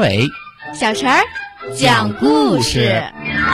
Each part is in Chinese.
伟、 小陈儿讲故事。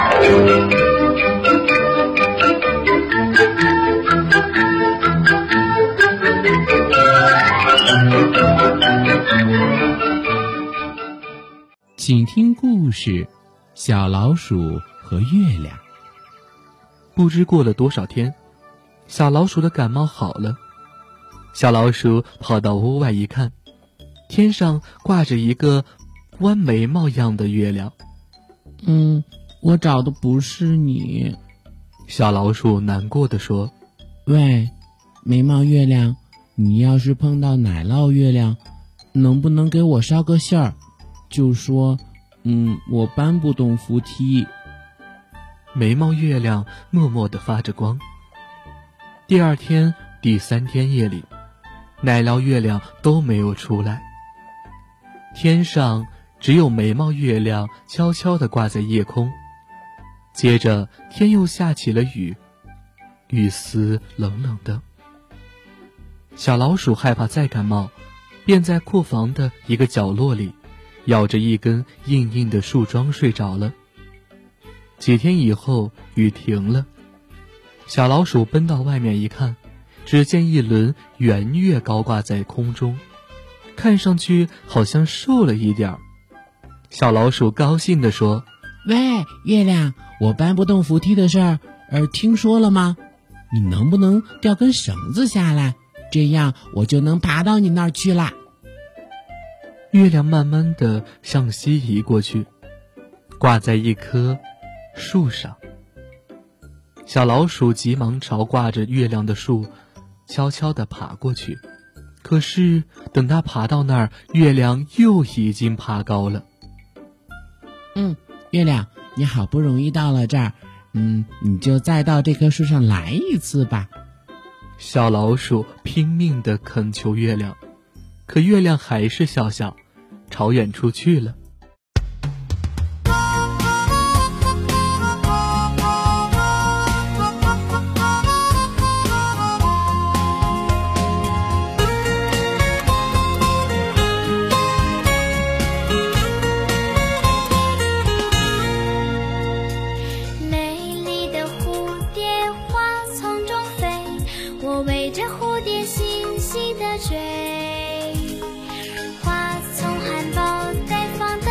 请听故事：小老鼠和月亮。不知过了多少天，小老鼠的感冒好了。小老鼠跑到屋外一看，天上挂着一个弯眉毛样的月亮。 我找的不是你。 小老鼠难过地说。 喂，眉毛月亮，你要是碰到奶酪月亮，能不能给我捎个信儿，就说我搬不动扶梯。 眉毛月亮默默地发着光。第二天、第三天夜里，奶酪月亮都没有出来，天上只有眉毛月亮悄悄地挂在夜空。接着天又下起了雨，雨丝冷冷的。小老鼠害怕再感冒，便在库房的一个角落里咬着一根硬硬的树桩睡着了。几天以后，雨停了，小老鼠奔到外面一看，只见一轮圆月高挂在空中，看上去好像瘦了一点儿。小老鼠高兴地说： 喂，月亮，我搬不动扶梯的事儿，听说了吗？你能不能掉根绳子下来，这样我就能爬到你那儿去啦。 月亮慢慢地向西移过去，挂在一棵树上。小老鼠急忙朝挂着月亮的树悄悄地爬过去，可是等它爬到那儿，月亮又已经爬高了。 月亮，你好不容易到了这儿，你就再到这棵树上来一次吧。 小老鼠拼命地恳求月亮，可月亮还是笑笑，朝远处去了。 我围着蝴蝶细细地追，花丛含苞待放。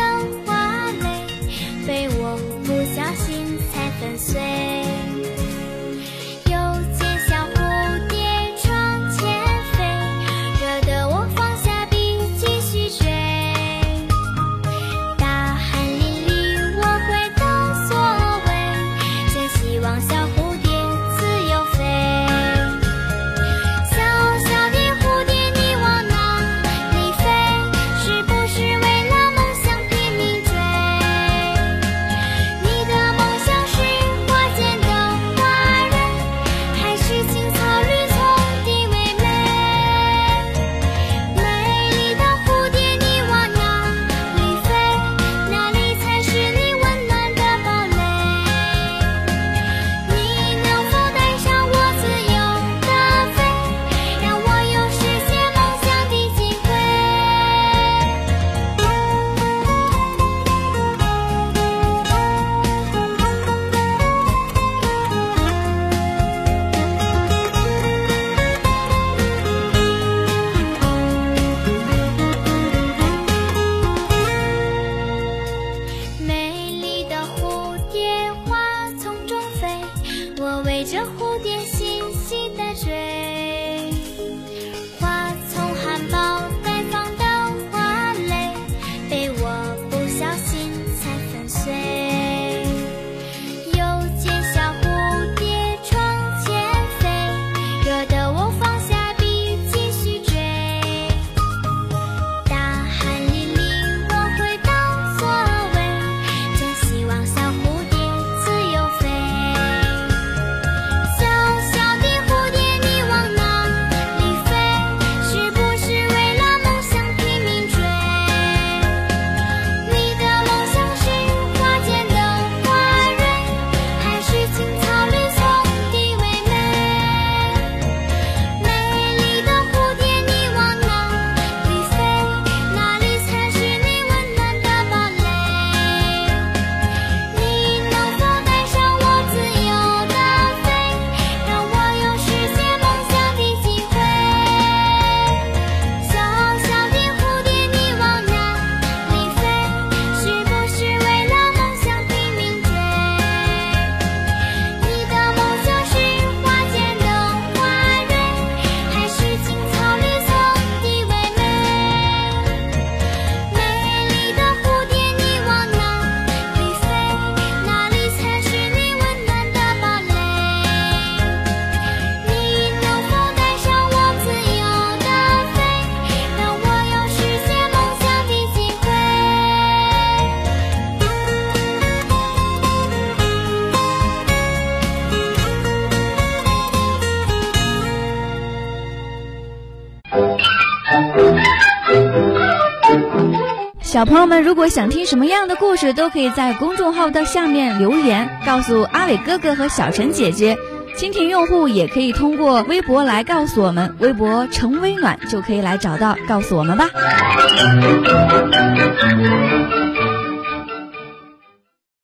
小朋友们如果想听什么样的故事，都可以在公众号的下面留言，告诉阿伟哥哥和小陈姐姐。蜻蜓用户也可以通过微博来告诉我们，微博陈微暖就可以来找到，告诉我们吧。